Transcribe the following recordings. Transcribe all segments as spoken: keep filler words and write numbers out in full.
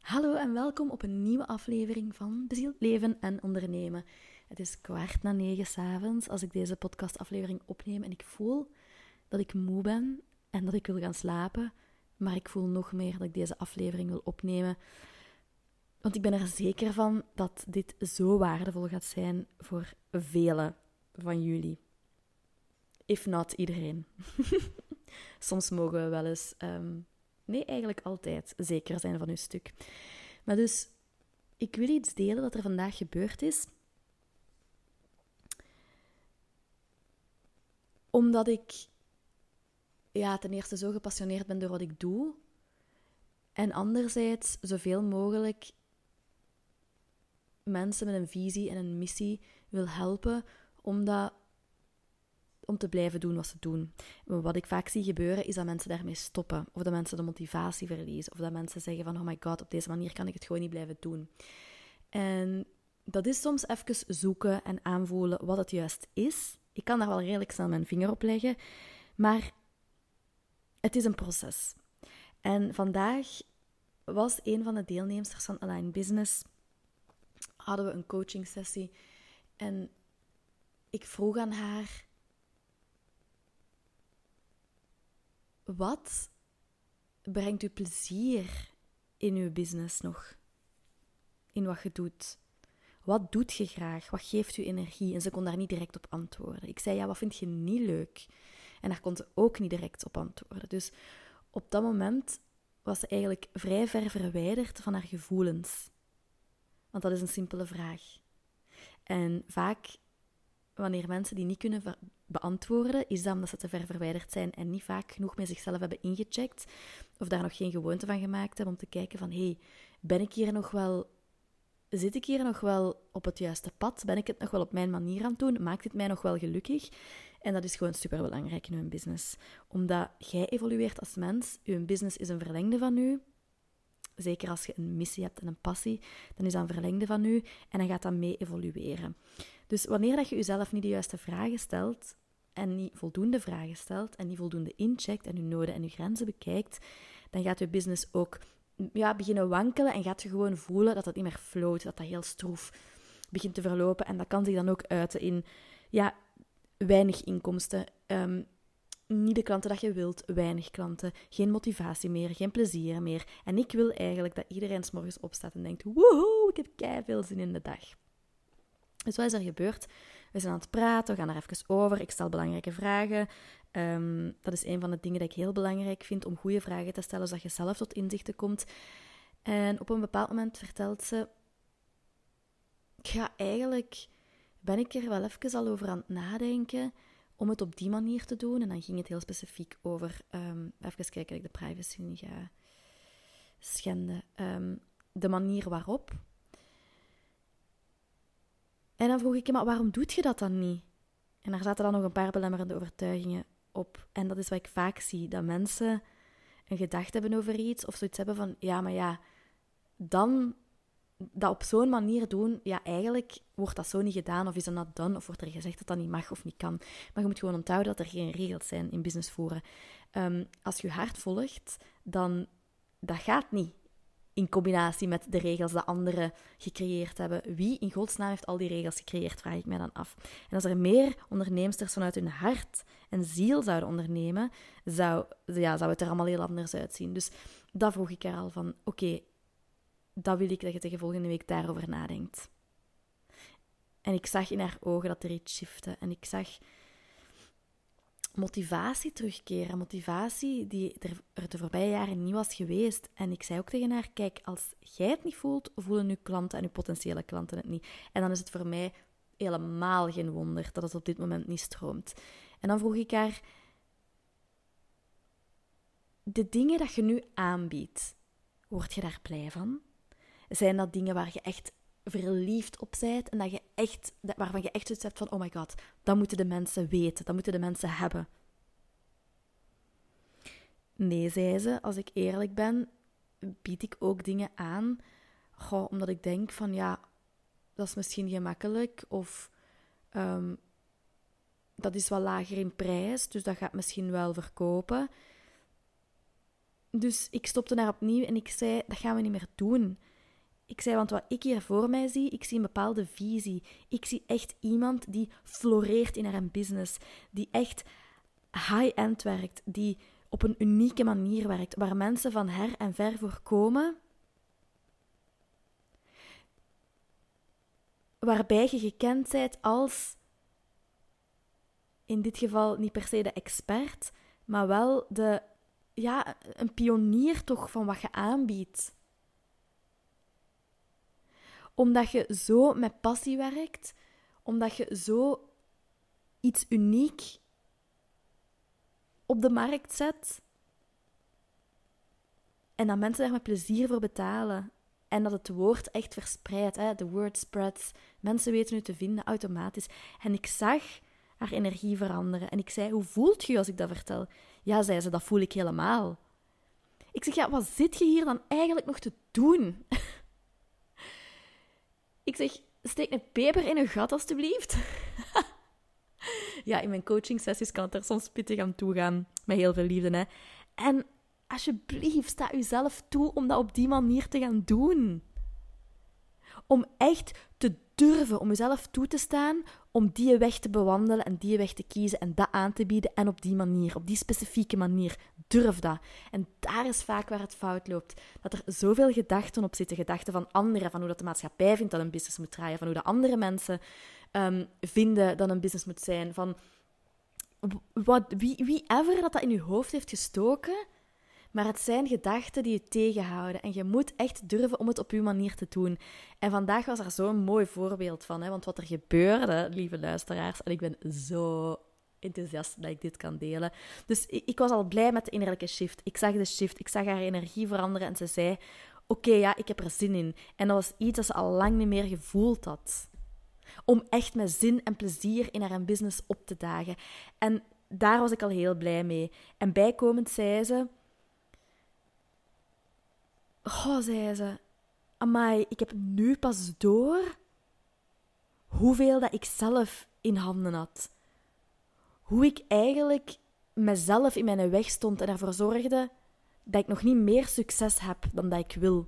Hallo en welkom op een nieuwe aflevering van Bezield Leven en Ondernemen. Het is kwart na negen 's avonds als ik deze podcastaflevering opneem en ik voel dat ik moe ben en dat ik wil gaan slapen, maar ik voel nog meer dat ik deze aflevering wil opnemen, want ik ben er zeker van dat dit zo waardevol gaat zijn voor velen van jullie. If not iedereen. Soms mogen we wel eens... Um, Nee, eigenlijk altijd zeker zijn van uw stuk. Maar dus, ik wil iets delen dat er vandaag gebeurd is. Omdat ik ja, ten eerste zo gepassioneerd ben door wat ik doe. En anderzijds zoveel mogelijk mensen met een visie en een missie wil helpen om dat... om te blijven doen wat ze doen. Wat ik vaak zie gebeuren, is dat mensen daarmee stoppen. Of dat mensen de motivatie verliezen. Of dat mensen zeggen van, oh my god, op deze manier kan ik het gewoon niet blijven doen. En dat is soms even zoeken en aanvoelen wat het juist is. Ik kan daar wel redelijk snel mijn vinger op leggen. Maar het is een proces. En vandaag was een van de deelnemsters van Align Business. Hadden we een coaching sessie. En ik vroeg aan haar... Wat brengt u plezier in uw business nog? In wat je doet? Wat doet je graag? Wat geeft u energie? En ze kon daar niet direct op antwoorden. Ik zei, ja, wat vind je niet leuk? En daar kon ze ook niet direct op antwoorden. Dus op dat moment was ze eigenlijk vrij ver verwijderd van haar gevoelens. Want dat is een simpele vraag. En vaak, wanneer mensen die niet kunnen ver- beantwoorden, is dat omdat ze te ver verwijderd zijn en niet vaak genoeg met zichzelf hebben ingecheckt of daar nog geen gewoonte van gemaakt hebben om te kijken van, hé, hey, ben ik hier nog wel, zit ik hier nog wel op het juiste pad? Ben ik het nog wel op mijn manier aan het doen? Maakt het mij nog wel gelukkig? En dat is gewoon superbelangrijk in uw business. Omdat jij evolueert als mens, uw business is een verlengde van u. Zeker als je een missie hebt en een passie, dan is dat een verlengde van u en dan gaat dat mee evolueren. Dus wanneer dat je jezelf niet de juiste vragen stelt en niet voldoende vragen stelt en niet voldoende incheckt en je noden en je grenzen bekijkt, dan gaat je business ook ja, beginnen wankelen en gaat je gewoon voelen dat het niet meer float, dat dat heel stroef begint te verlopen. En dat kan zich dan ook uiten in ja, weinig inkomsten, um, niet de klanten dat je wilt, weinig klanten, geen motivatie meer, geen plezier meer. En ik wil eigenlijk dat iedereen 's morgens opstaat en denkt, woehoe, ik heb keiveel zin in de dag. Dus wat is er gebeurd? We zijn aan het praten, we gaan er even over. Ik stel belangrijke vragen. Um, dat is een van de dingen dat ik heel belangrijk vind, om goede vragen te stellen, zodat je zelf tot inzichten komt. En op een bepaald moment vertelt ze... Ja, eigenlijk ben ik er wel even al over aan het nadenken om het op die manier te doen. En dan ging het heel specifiek over... Um, even kijken dat ik de privacy niet ga schenden. Um, de manier waarop... En dan vroeg ik hem, maar waarom doet je dat dan niet? En daar zaten dan nog een paar belemmerende overtuigingen op. En dat is wat ik vaak zie, dat mensen een gedachte hebben over iets, of zoiets hebben van, ja, maar ja, dan dat op zo'n manier doen, ja, eigenlijk wordt dat zo niet gedaan, of is dat not done, of wordt er gezegd dat dat niet mag of niet kan. Maar je moet gewoon onthouden dat er geen regels zijn in business voeren. Um, als je hart volgt, dan, dat gaat niet. In combinatie met de regels die anderen gecreëerd hebben. Wie in godsnaam heeft al die regels gecreëerd, vraag ik mij dan af. En als er meer onderneemsters vanuit hun hart en ziel zouden ondernemen, zou, ja, zou het er allemaal heel anders uitzien. Dus dat vroeg ik er al van, oké, okay, dat wil ik dat je tegen volgende week daarover nadenkt. En ik zag in haar ogen dat er iets shifte. En ik zag motivatie terugkeren. Motivatie die er de voorbije jaren niet was geweest. En ik zei ook tegen haar, kijk, als jij het niet voelt, voelen uw klanten en uw potentiële klanten het niet. En dan is het voor mij helemaal geen wonder dat het op dit moment niet stroomt. En dan vroeg ik haar, de dingen dat je nu aanbiedt, word je daar blij van? Zijn dat dingen waar je echt verliefd op bent en dat je echt, waarvan je echt zoiets hebt van, oh my god, dat moeten de mensen weten, dat moeten de mensen hebben? Nee, zei ze, als ik eerlijk ben, bied ik ook dingen aan, goh, omdat ik denk van, ja, dat is misschien gemakkelijk, of um, dat is wat lager in prijs, dus dat gaat misschien wel verkopen. Dus ik stopte daar opnieuw en ik zei, dat gaan we niet meer doen. Ik zei, want wat ik hier voor mij zie, ik zie een bepaalde visie. Ik zie echt iemand die floreert in haar business. Die echt high-end werkt. Die op een unieke manier werkt. Waar mensen van her en ver voor komen. Waarbij je gekend bent als, in dit geval niet per se de expert, maar wel de, ja, een pionier toch van wat je aanbiedt. Omdat je zo met passie werkt, omdat je zo iets uniek op de markt zet en dat mensen daar met plezier voor betalen. En dat het woord echt verspreidt. Hè? The word spreads. Mensen weten u te vinden automatisch. En ik zag haar energie veranderen. En ik zei, hoe voelt je als ik dat vertel? Ja, zei ze, dat voel ik helemaal. Ik zeg, ja, wat zit je hier dan eigenlijk nog te doen? Ik zeg, steek een peper in een gat, alstublieft. Ja, in mijn coachingsessies kan het er soms pittig aan toe gaan. Met heel veel liefde, hè. En alsjeblieft, sta uzelf toe om dat op die manier te gaan doen. Om echt te durven, om uzelf toe te staan, om die weg te bewandelen en die weg te kiezen en dat aan te bieden en op die manier, op die specifieke manier. Durf dat. En daar is vaak waar het fout loopt. Dat er zoveel gedachten op zitten, gedachten van anderen, van hoe dat de maatschappij vindt dat een business moet draaien, van hoe de andere mensen um, vinden dat een business moet zijn, van wat, wie, wie ever dat, dat in je hoofd heeft gestoken. Maar het zijn gedachten die je tegenhouden. En je moet echt durven om het op je manier te doen. En vandaag was er zo'n mooi voorbeeld van. Hè? Want wat er gebeurde, lieve luisteraars... En ik ben zo enthousiast dat ik dit kan delen. Dus ik, ik was al blij met de innerlijke shift. Ik zag de shift. Ik zag haar energie veranderen. En ze zei... Oké, okay, ja, ik heb er zin in. En dat was iets dat ze al lang niet meer gevoeld had. Om echt met zin en plezier in haar business op te dagen. En daar was ik al heel blij mee. En bijkomend zei ze... Oh, zei ze, amai, ik heb nu pas door hoeveel dat ik zelf in handen had. Hoe ik eigenlijk mezelf in mijn weg stond en ervoor zorgde dat ik nog niet meer succes heb dan dat ik wil.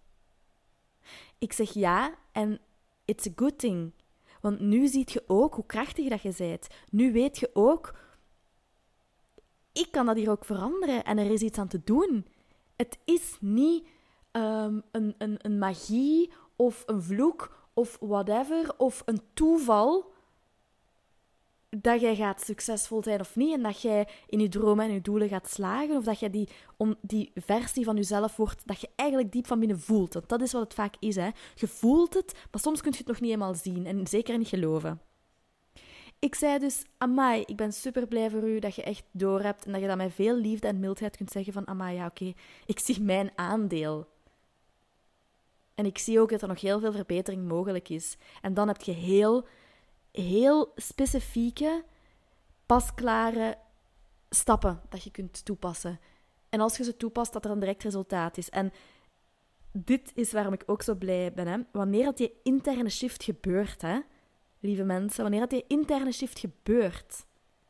Ik zeg ja, en it's a good thing. Want nu zie je ook hoe krachtig dat je bent. Nu weet je ook, ik kan dat hier ook veranderen en er is iets aan te doen. Het is niet... Um, een, een, een magie of een vloek of whatever, of een toeval dat jij gaat succesvol zijn of niet en dat jij in je dromen en je doelen gaat slagen of dat jij die, om, die versie van jezelf wordt dat je eigenlijk diep van binnen voelt. Want dat is wat het vaak is. Hè. Je voelt het, maar soms kun je het nog niet eenmaal zien en zeker niet geloven. Ik zei dus, amai, ik ben super blij voor u dat je echt doorhebt en dat je dat met veel liefde en mildheid kunt zeggen van, amai, ja oké, okay, ik zie mijn aandeel. En ik zie ook dat er nog heel veel verbetering mogelijk is. En dan heb je heel, heel specifieke, pasklare stappen dat je kunt toepassen. En als je ze toepast, dat er een direct resultaat is. En dit is waarom ik ook zo blij ben. Hè? Wanneer dat die interne shift gebeurt, hè? Lieve mensen, wanneer dat die interne shift gebeurt,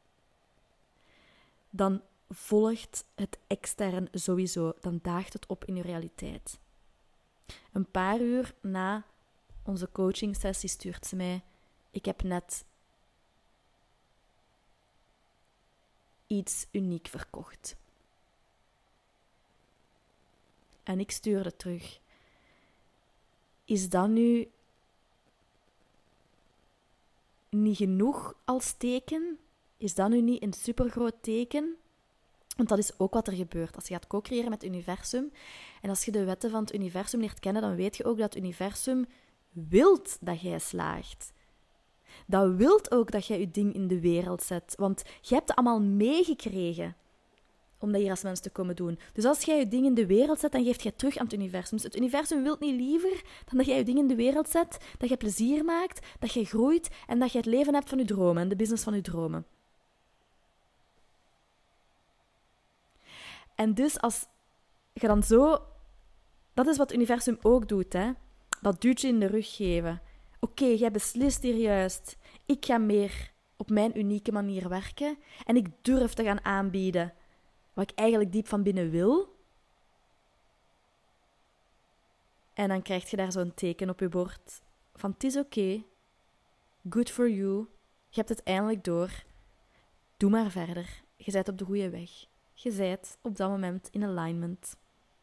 dan volgt het extern sowieso. Dan daagt het op in je realiteit. Een paar uur na onze coachingsessie stuurt ze mij... Ik heb net iets uniek verkocht. En ik stuurde terug. Is dat nu niet genoeg als teken? Is dat nu niet een supergroot teken? Want dat is ook wat er gebeurt. Als je gaat co-creëren met het universum en als je de wetten van het universum leert kennen, dan weet je ook dat het universum wilt dat jij slaagt. Dat wilt ook dat jij je ding in de wereld zet. Want je hebt het allemaal meegekregen om dat hier als mens te komen doen. Dus als jij je ding in de wereld zet, dan geeft jij terug aan het universum. Dus het universum wil niet liever dan dat jij je ding in de wereld zet, dat je plezier maakt, dat je groeit en dat je het leven hebt van je dromen en de business van je dromen. En dus als je dan zo... Dat is wat het universum ook doet, hè. Dat duwtje in de rug geven. Oké, okay, jij beslist hier juist. Ik ga meer op mijn unieke manier werken. En ik durf te gaan aanbieden wat ik eigenlijk diep van binnen wil. En dan krijg je daar zo'n teken op je bord van het is oké, okay, good for you, je hebt het eindelijk door, doe maar verder, je bent op de goede weg. Je bent op dat moment in alignment.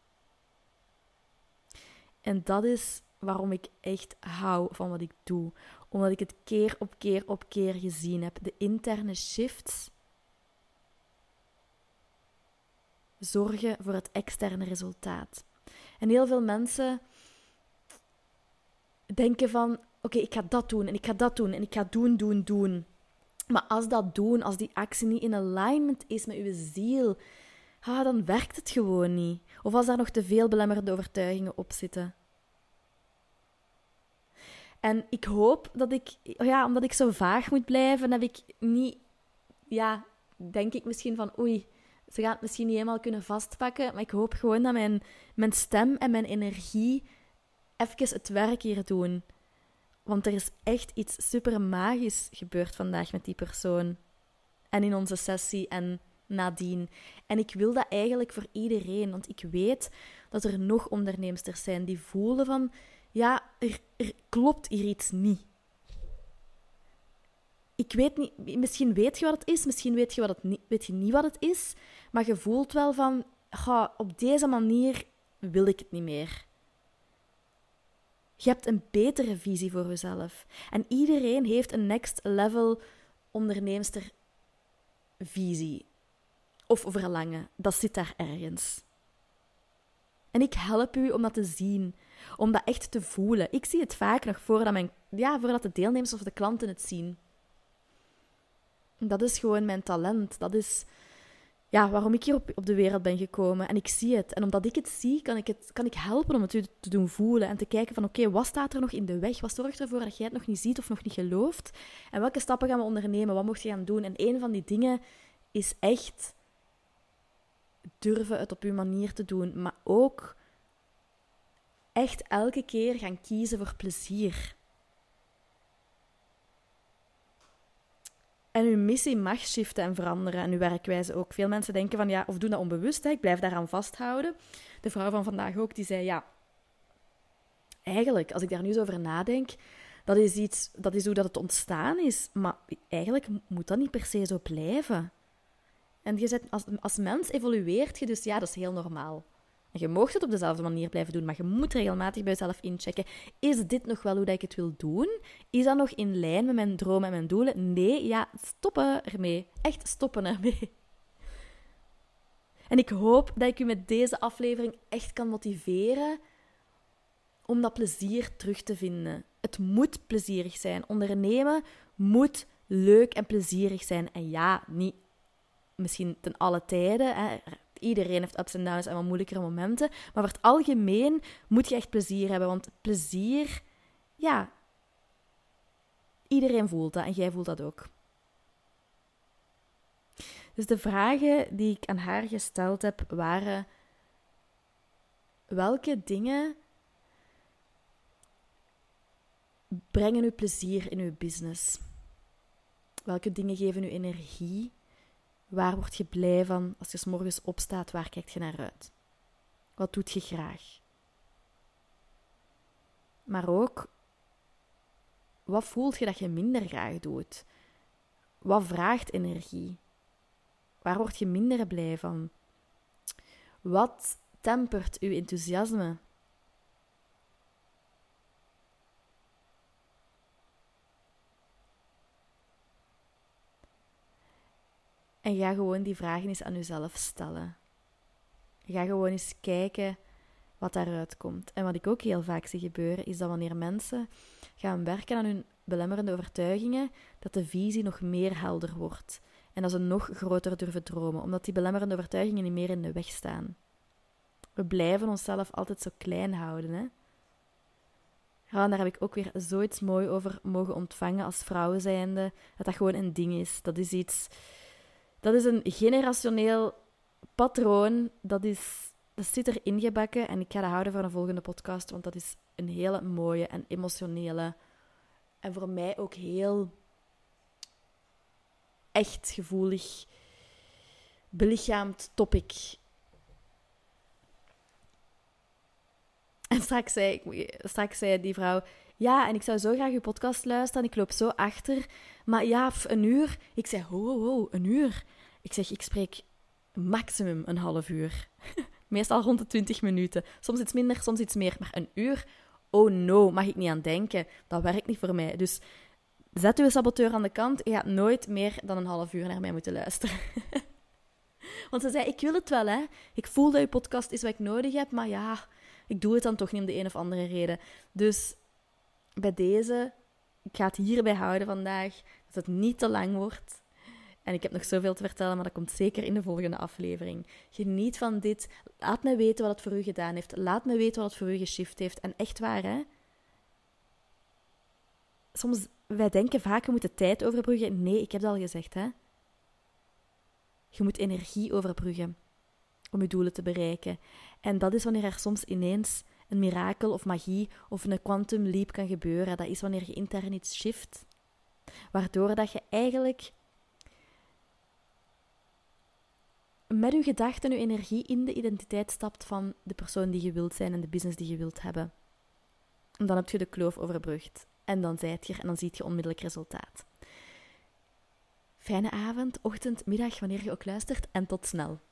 En dat is waarom ik echt hou van wat ik doe. Omdat ik het keer op keer op keer gezien heb. De interne shifts zorgen voor het externe resultaat. En heel veel mensen denken van, oké, okay, ik ga dat doen en ik ga dat doen en ik ga doen, doen, doen. Maar als dat doen, als die actie niet in alignment is met uw ziel, ah, dan werkt het gewoon niet. Of als daar nog te veel belemmerende overtuigingen op zitten. En ik hoop dat ik, ja, omdat ik zo vaag moet blijven, heb ik niet, ja, denk ik misschien van, oei, ze gaan het misschien niet helemaal kunnen vastpakken, maar ik hoop gewoon dat mijn, mijn stem en mijn energie even het werk hier doen. Want er is echt iets super magisch gebeurd vandaag met die persoon. En in onze sessie en nadien. En ik wil dat eigenlijk voor iedereen, want ik weet dat er nog onderneemsters zijn die voelen van, ja, er, er klopt hier iets niet. Ik weet niet, misschien weet je wat het is, misschien weet je, wat het niet, weet je niet wat het is, maar je voelt wel van, ga, op deze manier wil ik het niet meer. Je hebt een betere visie voor jezelf. En iedereen heeft een next level onderneemster visie. Of verlangen. Dat zit daar ergens. En ik help u om dat te zien. Om dat echt te voelen. Ik zie het vaak nog voordat, mijn, ja, voordat de deelnemers of de klanten het zien. Dat is gewoon mijn talent. Dat is, ja, waarom ik hier op, op de wereld ben gekomen. En ik zie het. En omdat ik het zie, kan ik, het, kan ik helpen om het u te doen voelen. En te kijken van, oké, okay, wat staat er nog in de weg? Wat zorgt ervoor dat jij het nog niet ziet of nog niet gelooft? En welke stappen gaan we ondernemen? Wat mocht je gaan doen? En een van die dingen is echt durven het op uw manier te doen. Maar ook echt elke keer gaan kiezen voor plezier. En uw missie mag shiften en veranderen en uw werkwijze ook. Veel mensen denken van, ja, of doen dat onbewust, hè, ik blijf daaraan vasthouden. De vrouw van vandaag ook, die zei, ja, eigenlijk, als ik daar nu eens over nadenk, dat is iets, dat is hoe dat het ontstaan is. Maar eigenlijk moet dat niet per se zo blijven. En je zet, als, als mens evolueert je, dus ja, dat is heel normaal. En je mag het op dezelfde manier blijven doen, maar je moet regelmatig bij jezelf inchecken. Is dit nog wel hoe dat ik het wil doen? Is dat nog in lijn met mijn dromen en mijn doelen? Nee, ja, stoppen ermee. Echt stoppen ermee. En ik hoop dat ik u met deze aflevering echt kan motiveren om dat plezier terug te vinden. Het moet plezierig zijn. Ondernemen moet leuk en plezierig zijn. En ja, niet misschien ten alle tijden. Hè. Iedereen heeft ups en downs en wat moeilijkere momenten. Maar voor het algemeen moet je echt plezier hebben. Want plezier, ja, iedereen voelt dat en jij voelt dat ook. Dus de vragen die ik aan haar gesteld heb waren: welke dingen brengen u plezier in uw business? Welke dingen geven u energie? Waar word je blij van als je 's morgens opstaat? Waar kijk je naar uit? Wat doet je graag? Maar ook, wat voelt je dat je minder graag doet? Wat vraagt energie? Waar word je minder blij van? Wat tempert uw enthousiasme? En ga gewoon die vragen eens aan jezelf stellen. Ga gewoon eens kijken wat daaruit komt. En wat ik ook heel vaak zie gebeuren, is dat wanneer mensen gaan werken aan hun belemmerende overtuigingen, dat de visie nog meer helder wordt. En dat ze nog groter durven dromen, omdat die belemmerende overtuigingen niet meer in de weg staan. We blijven onszelf altijd zo klein houden, hè. Ja, en daar heb ik ook weer zoiets mooi over mogen ontvangen als vrouw zijnde, dat dat gewoon een ding is. Dat is iets... Dat is een generationeel patroon, dat, is, dat zit er ingebakken. En ik ga dat houden voor een volgende podcast, want dat is een hele mooie en emotionele en voor mij ook heel echt gevoelig, belichaamd topic. En straks zei, ik, straks zei die vrouw... Ja, en ik zou zo graag uw podcast luisteren. Ik loop zo achter. Maar ja, een uur. Ik zei, ho, ho, ho, een uur. Ik zeg, ik spreek maximum een half uur. Meestal rond de twintig minuten. Soms iets minder, soms iets meer. Maar een uur? Oh no, mag ik niet aan denken. Dat werkt niet voor mij. Dus zet uw saboteur aan de kant. Je gaat nooit meer dan een half uur naar mij moeten luisteren. Want ze zei, ik wil het wel, hè. Ik voel dat uw podcast is wat ik nodig heb. Maar ja, ik doe het dan toch niet om de een of andere reden. Dus bij deze, ik ga het hierbij houden vandaag. Dat het niet te lang wordt. En ik heb nog zoveel te vertellen, maar dat komt zeker in de volgende aflevering. Geniet van dit. Laat me weten wat het voor u gedaan heeft. Laat me weten wat het voor u geshift heeft. En echt waar, hè. Soms, wij denken vaak, we moeten tijd overbruggen. Nee, ik heb het al gezegd, hè. Je moet energie overbruggen om je doelen te bereiken. En dat is wanneer er soms ineens een mirakel of magie of een quantum leap kan gebeuren. Dat is wanneer je intern iets shift. Waardoor dat je eigenlijk met je gedachten en je energie in de identiteit stapt van de persoon die je wilt zijn en de business die je wilt hebben. En dan heb je de kloof overbrugd. En dan zijt je er en dan zie je onmiddellijk resultaat. Fijne avond, ochtend, middag, wanneer je ook luistert en tot snel.